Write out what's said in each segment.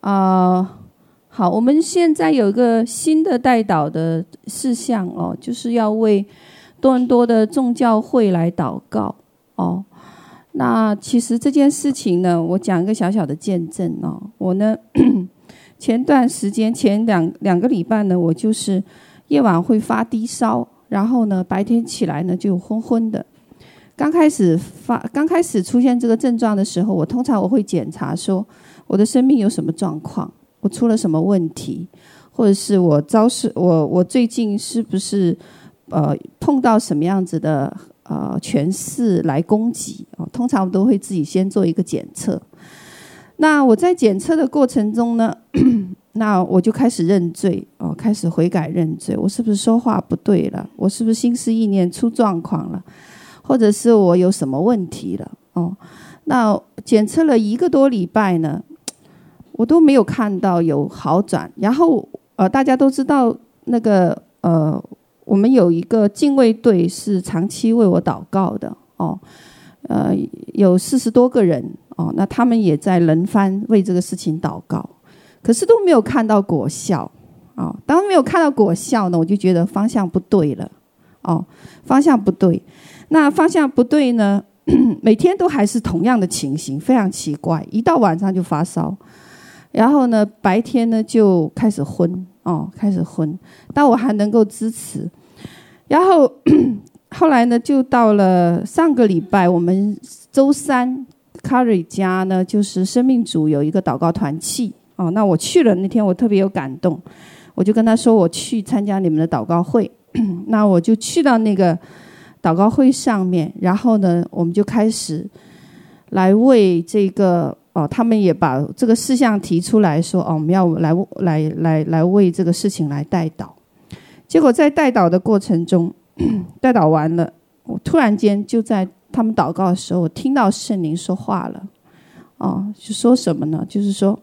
好，我们现在有一个新的代祷的事项哦，就是要为多伦多的众教会来祷告哦。那其实这件事情呢，我讲一个小小的见证哦。我呢，前段时间前两个礼拜呢，我就是夜晚会发低烧，然后呢，白天起来呢就昏昏的。刚开始出现这个症状的时候，我通常会检查说我的生命有什么状况，我出了什么问题，或者是我最近是不是碰到什么样子的权势来攻击通常我都会自己先做一个检测。那我在检测的过程中呢，那我就开始认罪开始悔改认罪，我是不是说话不对了？我是不是心思意念出状况了？或者是我有什么问题了那检测了1个多礼拜呢，我都没有看到有好转。然后大家都知道那个我们有一个禁卫队是长期为我祷告的有40多个人那他们也在轮番为这个事情祷告，可是都没有看到果效当没有看到果效呢，我就觉得方向不对了方向不对。那方向不对呢，每天都还是同样的情形，非常奇怪，一到晚上就发烧，然后呢白天呢就开始昏但我还能够支持。然后后来呢就到了上个礼拜，我们周三 Carrie 家呢就是生命组有一个祷告团契那我去了，那天我特别有感动，我就跟他说我去参加你们的祷告会那我就去到那个祷告会上面，然后呢我们就开始来为这个他们也把这个事项提出来说我们要来为这个事情来代祷。结果在代祷的过程中代祷完了，我突然间就在他们祷告的时候，我听到圣灵说话了就说什么呢？就是说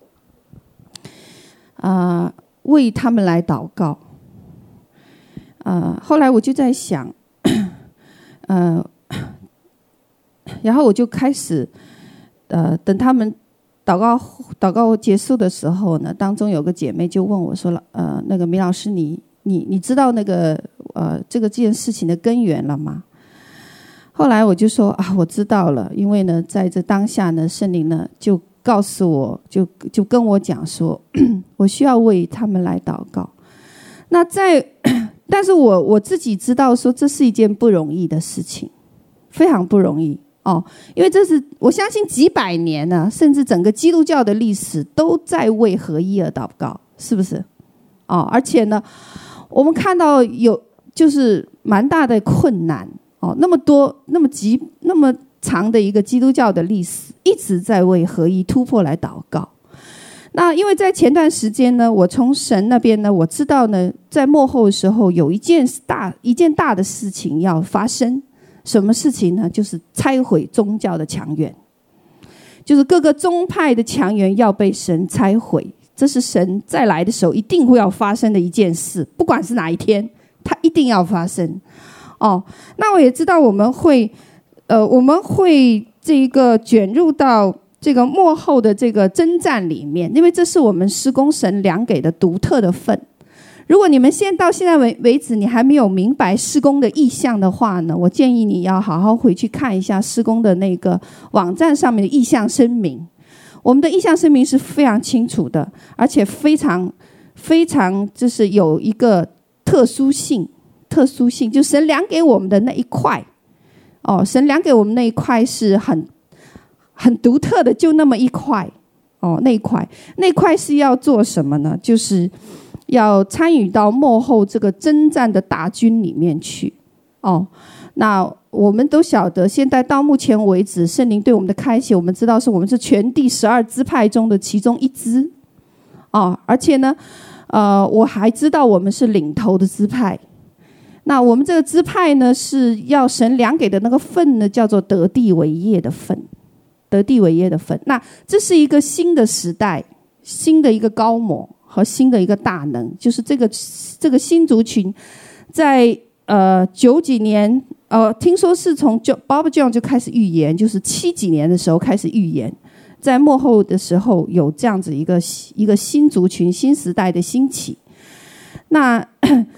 为他们来祷告后来我就在想然后我就开始等他们祷告结束的时候呢，当中有个姐妹就问我说那个米老师你知道那个这件事情的根源了吗？后来我就说我知道了，因为呢在这当下呢，圣灵呢就告诉我，就跟我讲说我需要为他们来祷告。那但是我自己知道说这是一件不容易的事情，非常不容易因为这是我相信几百年呢，甚至整个基督教的历史都在为合一而祷告，是不是而且呢我们看到有就是蛮大的困难那么多那么长的一个基督教的历史，一直在为合一突破来祷告。那因为在前段时间呢，我从神那边呢，我知道呢，在末后的时候有一件大的事情要发生。什么事情呢？就是拆毁宗教的墙垣，就是各个宗派的墙垣要被神拆毁，这是神再来的时候一定会要发生的一件事，不管是哪一天，它一定要发生那我也知道我们会这个卷入到这个末后的这个征战里面，因为这是我们施工神量给的独特的份。如果你们到现在为止你还没有明白施工的意向的话呢，我建议你要好好回去看一下施工的那个网站上面的意向声明。我们的意向声明是非常清楚的，而且非常非常就是有一个特殊性，就神量给我们的那一块神量给我们那一块是很独特的，就那么一块那块是要做什么呢？就是要参与到末后这个征战的大军里面去那我们都晓得，现在到目前为止圣灵对我们的开启，我们知道是我们是全地12支派中的其中一支而且呢我还知道我们是领头的支派。那我们这个支派呢，是要神量给的那个份呢，叫做得地为业的份。那这是一个新的时代，新的一个高模和新的一个大能，就是这个新族群在90几年听说是从Bob Jones 就开始预言，就是70几年的时候开始预言，在末后的时候有这样子一个新族群、新时代的兴起。那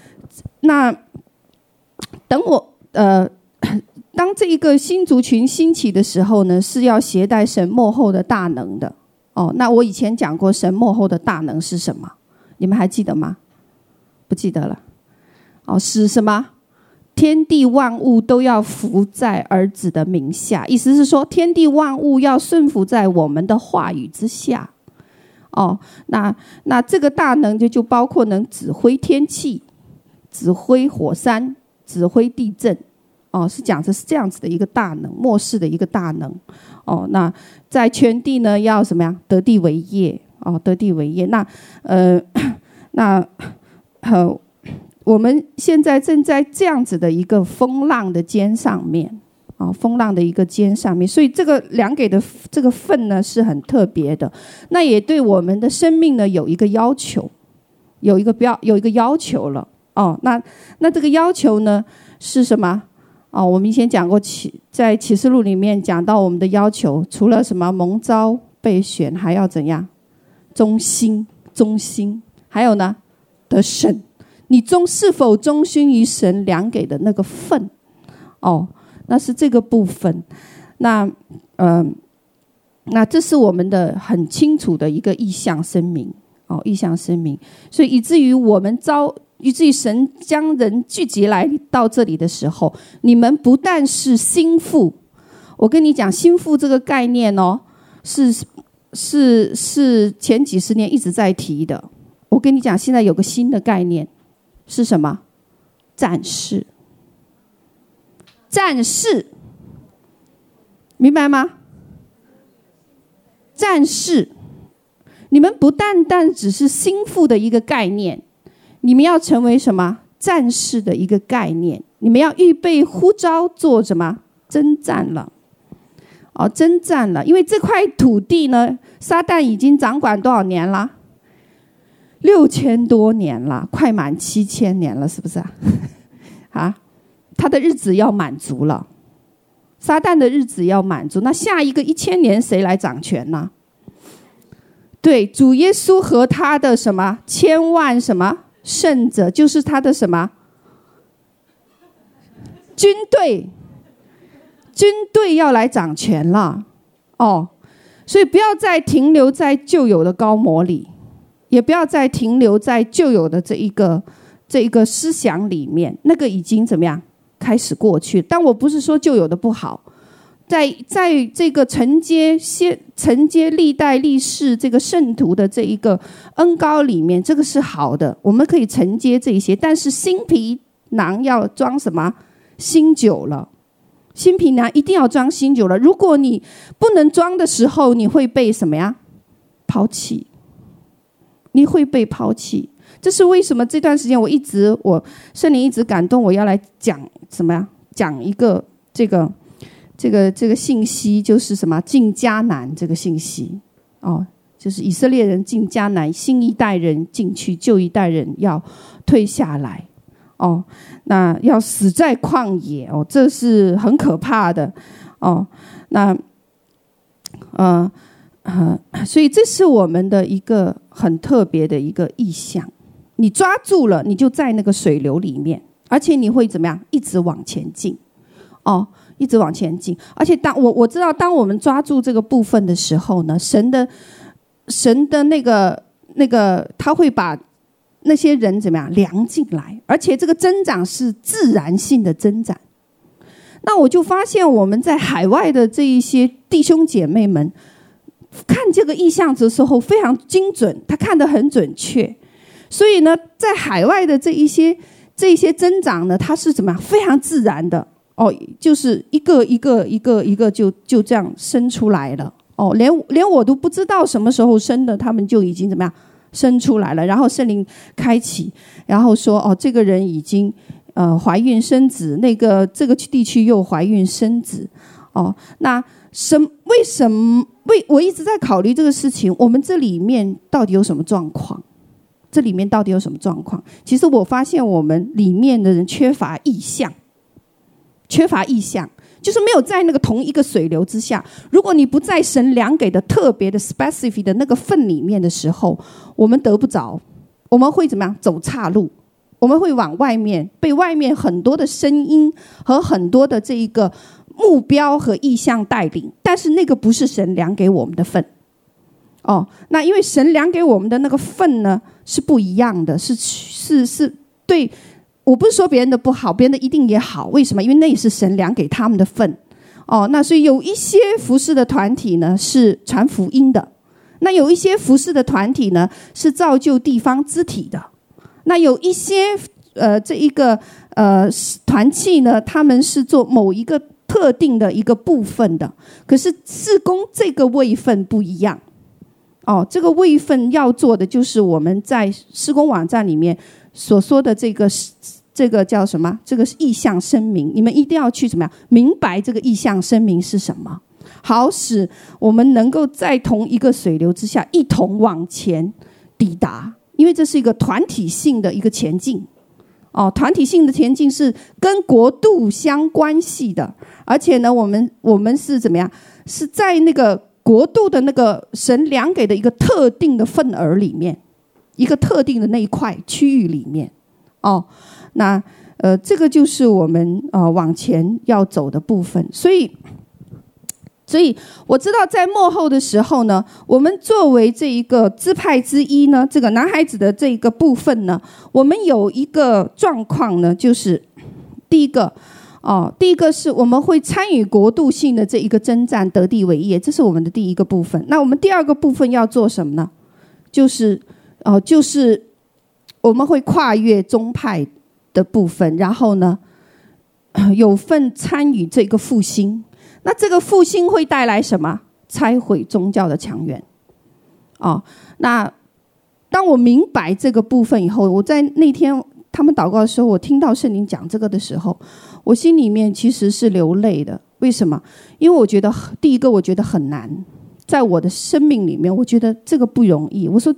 当这一个新族群兴起的时候呢，是要携带神末后的大能的。那我以前讲过神末后的大能是什么，你们还记得吗？不记得了。使什么？天地万物都要服在儿子的名下，意思是说天地万物要顺服在我们的话语之下。那这个大能就包括能指挥天气，指挥火山，指挥地震。是讲的是这样子的一个大能，末世的一个大能。那在全地呢要什么样？得地为业。得地为业。我们现在正在这样子的一个风浪的肩上面，风浪的一个肩上面，所以这个量给的这个份呢是很特别的，那也对我们的生命呢有一个要求，有一个要求了。那这个要求呢是什么？我们以前讲过，在启示录里面讲到我们的要求，除了什么蒙召被选，还要怎样？忠心，还有呢得胜。你是否忠心于神量给的那个份？那是这个部分。那这是我们的很清楚的一个意向声明。意向声明。所以以至于神将人聚集来到这里的时候，你们不但是心腹，我跟你讲，心腹这个概念是前几十年一直在提的。我跟你讲，现在有个新的概念是什么？战士，明白吗？战士，你们不单只是心腹的一个概念，你们要成为什么？战士的一个概念。你们要预备呼召做什么？征战了。征战了。因为这块土地呢，撒旦已经掌管多少年了？6000多年了，快满7000年了，是不是他的日子要满足了，撒旦的日子要满足，那下一个1000年谁来掌权呢？对，主耶稣和他的什么千万什么圣者，就是他的什么军队要来掌权了。所以不要再停留在旧有的高模里，也不要再停留在旧有的这一个思想里面，那个已经怎么样开始过去。但我不是说旧有的不好，在这个承接历代历世这个圣徒的这一个恩膏里面，这个是好的，我们可以承接这些。但是新皮囊要装什么？新酒了。新皮囊一定要装新酒了。如果你不能装的时候，你会被什么呀？抛弃。你会被抛弃。这是为什么这段时间圣灵一直感动我要来讲什么呀？讲一个这个信息，就是什么进迦南这个信息。就是以色列人进迦南，新一代人进去，旧一代人要退下来。那要死在旷野。这是很可怕的。所以这是我们的一个很特别的一个意象。你抓住了，你就在那个水流里面，而且你会怎么样？一直往前进。一直往前进。而且我知道，当我们抓住这个部分的时候呢，神的那个他会把那些人怎么样量进来，而且这个增长是自然性的增长。那我就发现我们在海外的这一些弟兄姐妹们看这个意象的时候非常精准，他看得很准确。所以呢，在海外的这一些增长呢，它是怎么样非常自然的。就是一个就这样生出来了。连我都不知道什么时候生的，他们就已经怎么样生出来了。然后圣灵开启，然后说这个人已经怀孕生子，这个地区又怀孕生子。那为什么我一直在考虑这个事情？我们这里面到底有什么状况？其实我发现我们里面的人缺乏意向。 缺乏意象，就是没有在那个同一个水流之下。如果你不在神量给的特别的 specific 的那个份里面的时候，我们得不着，我们会怎么样？走岔路，我们会往外面，被外面很多的声音和很多的这一个目标和意向带领，但是那个不是神量给我们的份。那因为神量给我们的那个份呢是不一样的，是对，我不是说别人的不好，别人的一定也好，为什么？因为那也是神量给他们的份。那所以有一些服事的团体呢是传福音的，那有一些服事的团体呢是造就地方肢体的，那有一些这一个团契呢，他们是做某一个特定的一个部分的，可是事工这个位分不一样。这个位分要做的就是我们在事工网站里面所说的这个叫什么？这个意向声明，你们一定要去怎么样明白这个意向声明是什么，好使我们能够在同一个水流之下一同往前抵达，因为这是一个团体性的一个前进。团体性的前进是跟国度相关系的，而且呢，我们是怎么样？是在那个国度的那个神量给的一个特定的份额里面，一个特定的那一块区域里面。那这个就是我们往前要走的部分。所以我知道在末后的时候呢，我们作为这一个支派之一呢，这个男孩子的这一个部分呢，我们有一个状况呢，就是第一个是我们会参与国度性的这一个征战，得地为业，这是我们的第一个部分。那我们第二个部分要做什么呢？就是我们会跨越宗派的部分，然后呢有份参与这个复兴。那这个复兴会带来什么？拆毁宗教的墙垣。那当我明白这个部分以后，我在那天他们祷告的时候，我听到圣灵讲这个的时候，我心里面其实是流泪的。为什么？因为我觉得第一个我觉得很难，在我的生命里面我觉得这个不容易。我说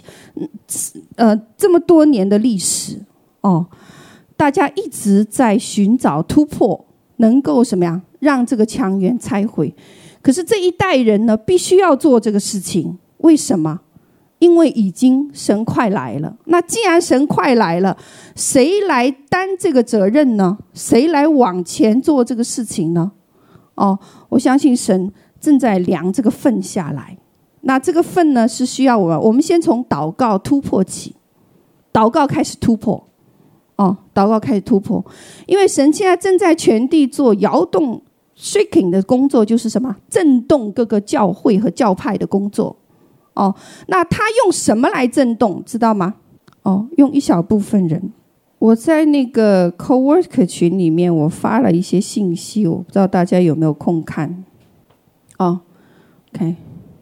这么多年的历史，大家一直在寻找突破，能够什么样让这个墙垣拆毁。可是这一代人呢必须要做这个事情。为什么？因为已经神快来了。那既然神快来了，谁来担这个责任呢？谁来往前做这个事情呢？我相信神正在量这个份下来。那这个份呢是需要我们先从祷告突破起，祷告开始突破。祷告开始突破，因为神现在正在全地做摇动 shaking 的工作，就是什么？震动各个教会和教派的工作。那他用什么来震动，知道吗？用一小部分人。我在那个 coworker 群里面我发了一些信息，我不知道大家有没有空看。OK，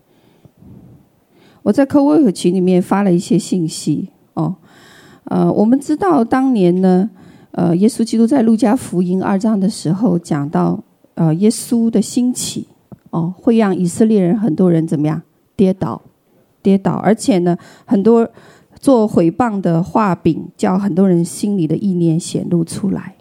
我在 coworker 群里面发了一些信息。我们知道当年呢，耶稣基督在路加福音2章的时候讲到，耶稣的兴起，会让以色列人很多人怎么样跌倒，而且呢，很多做毁谤的话柄，叫很多人心里的意念显露出来。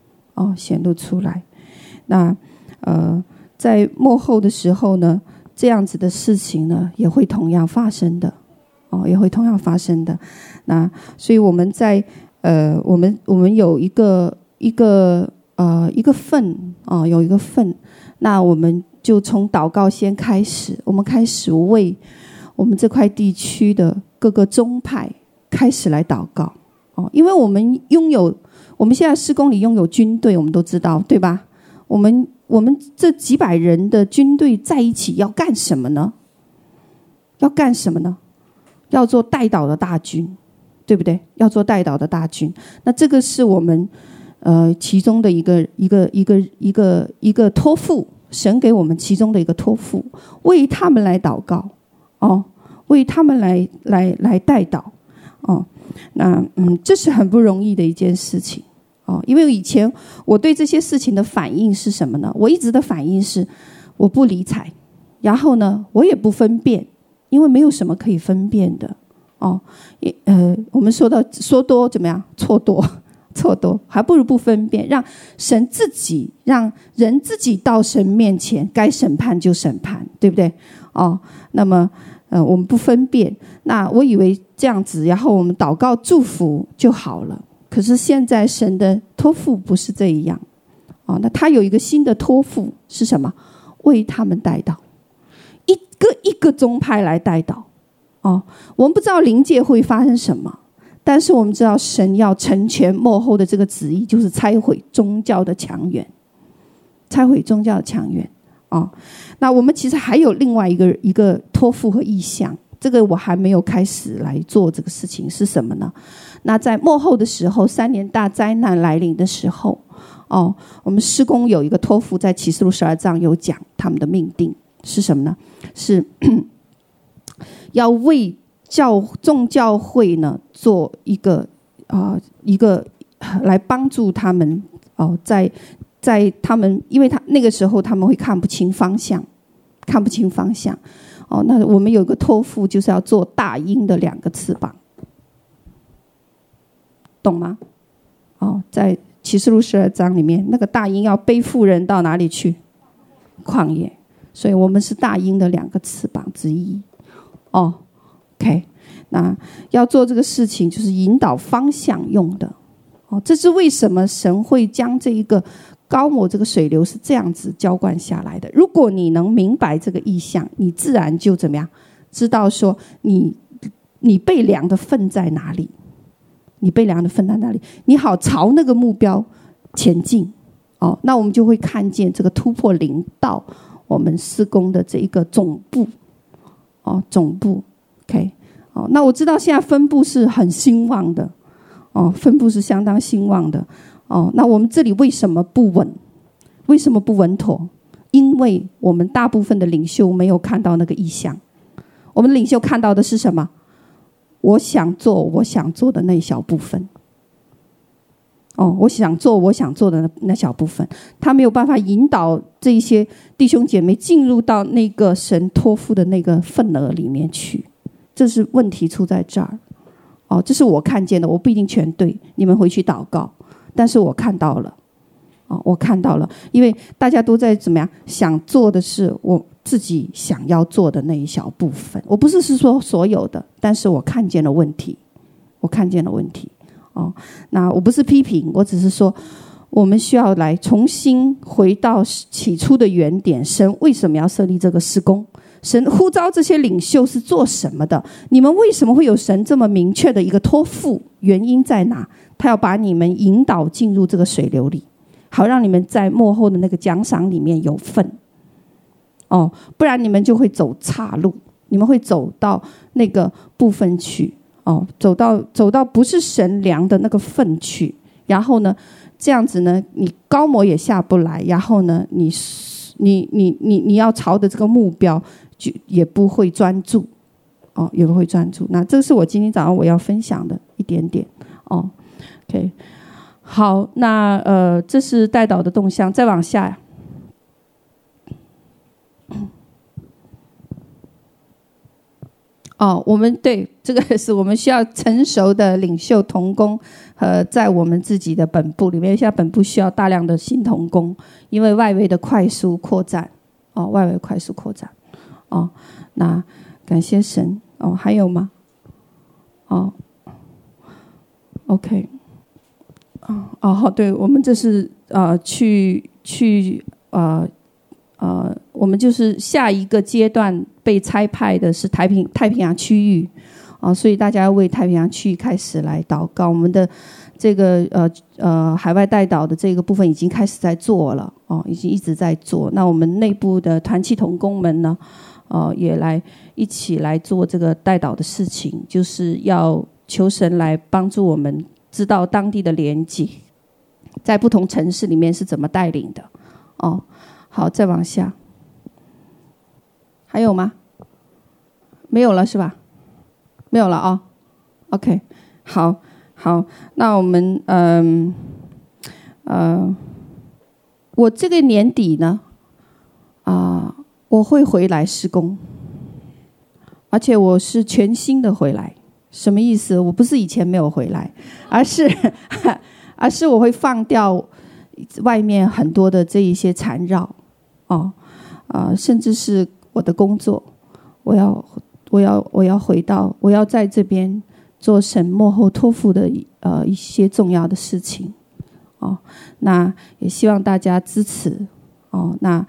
那在末后的时候呢，这样子的事情呢，也会同样发生的。那所以我们在我们有一个份，有一个份。那我们就从祷告先开始，我们开始为我们这块地区的各个宗派开始来祷告。因为我们现在事工里拥有军队，我们都知道，对吧？我们这几百人的军队在一起要干什么呢？要做代祷的大军，对不对？要做代祷的大军。那这个是我们其中的一个托付，神给我们其中的一个托付，为他们来祷告，为他们来代祷。那这是很不容易的一件事情。因为以前我对这些事情的反应是什么呢？我一直的反应是我不理睬，然后呢我也不分辨，因为没有什么可以分辨的。我们说多怎么样？错多， 错多，还不如不分辨，让人自己到神面前，该审判就审判，对不对？那么我们不分辨，那我以为这样子，然后我们祷告祝福就好了。可是现在神的托付不是这样，那他有一个新的托付是什么？为他们代祷，一个宗派来代祷。我们不知道灵界会发生什么，但是我们知道神要成全末后的这个旨意，就是拆毁宗教的强援，拆毁宗教的强援。那我们其实还有另外一个托付和意向，这个我还没有开始来做这个事情，是什么呢？那在末后的时候，3年大灾难来临的时候，我们事工有一个托付，在启示录12章有讲他们的命定是什么呢？是要为众教会呢做一个来帮助他们在他们，因为那个时候他们会看不清方向，那我们有个托付，就是要做大鹰的2个翅膀，懂吗？在启示录12章里面，那个大鹰要背负人到哪里去？旷野。所以我们是大鹰的2个翅膀之一。OK， 那要做这个事情就是引导方向用的。这是为什么神会将这一个高摩这个水流是这样子浇灌下来的。如果你能明白这个意象，你自然就怎么样知道说你被量的份在哪里，你好朝那个目标前进。那我们就会看见这个突破临到我们事工的这一个总部。OK， 那我知道现在分部是很兴旺的，分部是相当兴旺的。那我们这里为什么不稳妥？因为我们大部分的领袖没有看到那个意象。我们领袖看到的是什么？我想做的那一小部分。我想做的那小部分，他没有办法引导这一些弟兄姐妹进入到那个神托付的那个份额里面去。这是问题出在这儿。这是我看见的，我不一定全对，你们回去祷告。但是我看到了，因为大家都在怎么样想做的是我自己想要做的那一小部分。我不是说所有的，但是我看见了问题。那我不是批评，我只是说我们需要来重新回到起初的原点。神为什么要设立这个事工？神呼召这些领袖是做什么的？你们为什么会有神这么明确的一个托付？原因在哪？他要把你们引导进入这个水流里，好让你们在末后的那个奖赏里面有份。不然你们就会走岔路，你们会走到那个部分去。走到不是神量的那个份去，然后呢，这样子呢，你高摩也下不来，然后呢，你要朝的这个目标就也不会专注，也不会专注。那这是我今天早上我要分享的一点点。OK， 好，那这是代祷的动向，再往下。我们对这个是我们需要成熟的领袖同工和在我们自己的本部里面，现在本部需要大量的新同工，因为外围的快速扩展。那感谢神。还有吗？OK。对，我们这是我们就是下一个阶段被差派的是太平洋区域。所以大家要为太平洋区域开始来祷告。我们的这个海外代祷的这个部分已经开始在做了，已经一直在做。那我们内部的团契同工们呢，也一起来做这个代祷的事情，就是要求神来帮助我们知道当地的连结，在不同城市里面是怎么带领的。好，再往下，还有吗？没有了是吧？没有了OK， 好，那我们我这个年底呢，我会回来施工，而且我是全新的回来。什么意思？我不是以前没有回来，而是而是我会放掉外面很多的这一些缠绕，甚至是我的工作，我要回到，我要在这边做神幕后托付的一些重要的事情，那也希望大家支持，那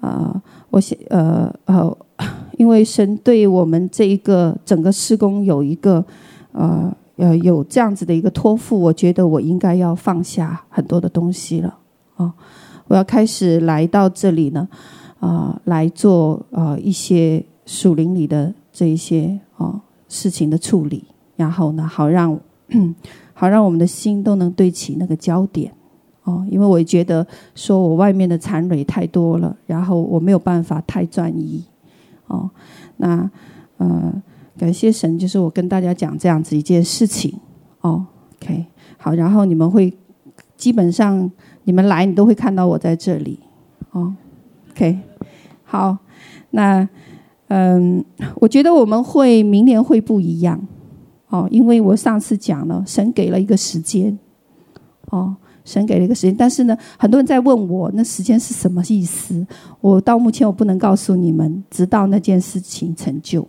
因为神对我们这一个整个事工有一个有这样子的一个托付，我觉得我应该要放下很多的东西了，我要开始来到这里呢，来做一些属灵里的这一些事情的处理，然后呢，好让我们的心都能对齐那个焦点，因为我觉得说我外面的缠累太多了，然后我没有办法太专一，那感谢神，就是我跟大家讲这样子一件事情，OK， 好，然后你们会基本上你们来，你都会看到我在这里，OK， 好，那我觉得我们明年会不一样，因为我上次讲了，神给了一个时间，神给了一个时间，但是呢，很多人在问我那时间是什么意思，我到目前我不能告诉你们，直到那件事情成就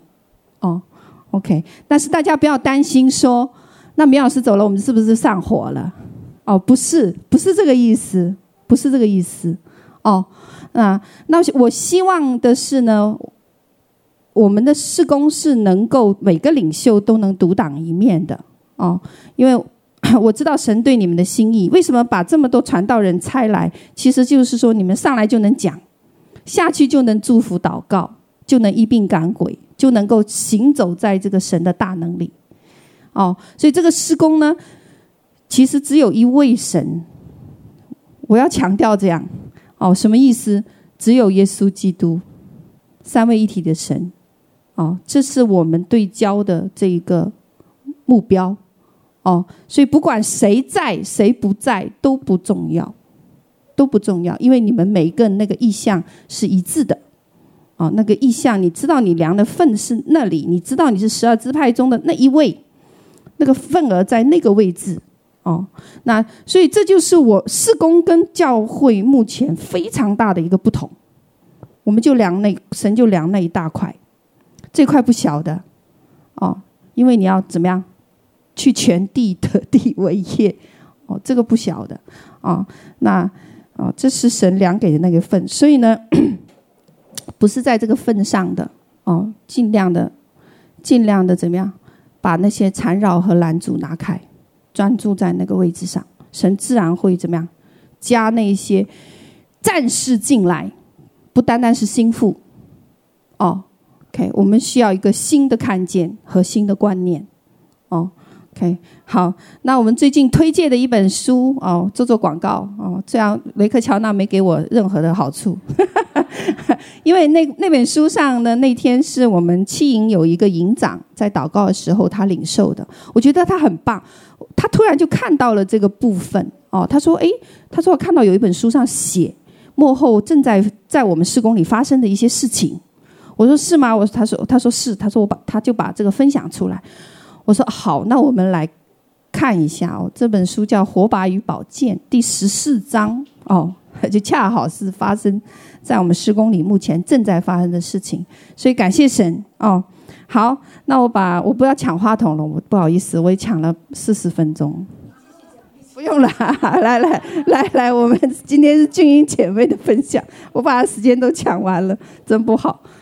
，OK， 但是大家不要担心说，那苗老师走了，我们是不是上火了？不是这个意思，不是这个意思，那我希望的是呢，我们的事工是能够每个领袖都能独当一面的，因为我知道神对你们的心意，为什么把这么多传道人差来，其实就是说你们上来就能讲，下去就能祝福祷告，就能医病赶鬼，就能够行走在这个神的大能里，所以这个事工呢，其实只有一位神，我要强调这样，什么意思？只有耶稣基督，三位一体的神，这是我们对焦的这一个目标，所以不管谁在谁不在都不重要，因为你们每一个人那个意向是一致的，那个意向你知道你量的份是那里，你知道你是12支派中的那一位，那个份额在那个位置，那所以这就是我事工跟教会目前非常大的一个不同，我们就神就量那一大块，这块不小的，因为你要怎么样去全地得地为业，这个不小的，那这是神量给的那个份，所以呢不是在这个份上的，尽量的怎么样把那些缠绕和拦阻拿开，专注在那个位置上，神自然会怎么样加那些战士进来，不单单是心腹，OK， 我们需要一个新的看见和新的观念，OK， 好，那我们最近推荐的一本书，做广告，这样雷克乔纳没给我任何的好处因为那本书上呢，那天是我们七营有一个营长在祷告的时候他领受的，我觉得他很棒，他突然就看到了这个部分，他说我看到有一本书上写幕后正在我们事工里发生的一些事情，我说是吗？他说是，他就把这个分享出来，我说好，那我们来看一下这本书叫《火把与宝剑》第14章就恰好是发生在我们事工里目前正在发生的事情，所以感谢神好，那我不要抢话筒了，我不好意思，我也抢了40分钟。不用了，来，我们今天是俊英姐妹的分享，我把她时间都抢完了，真不好。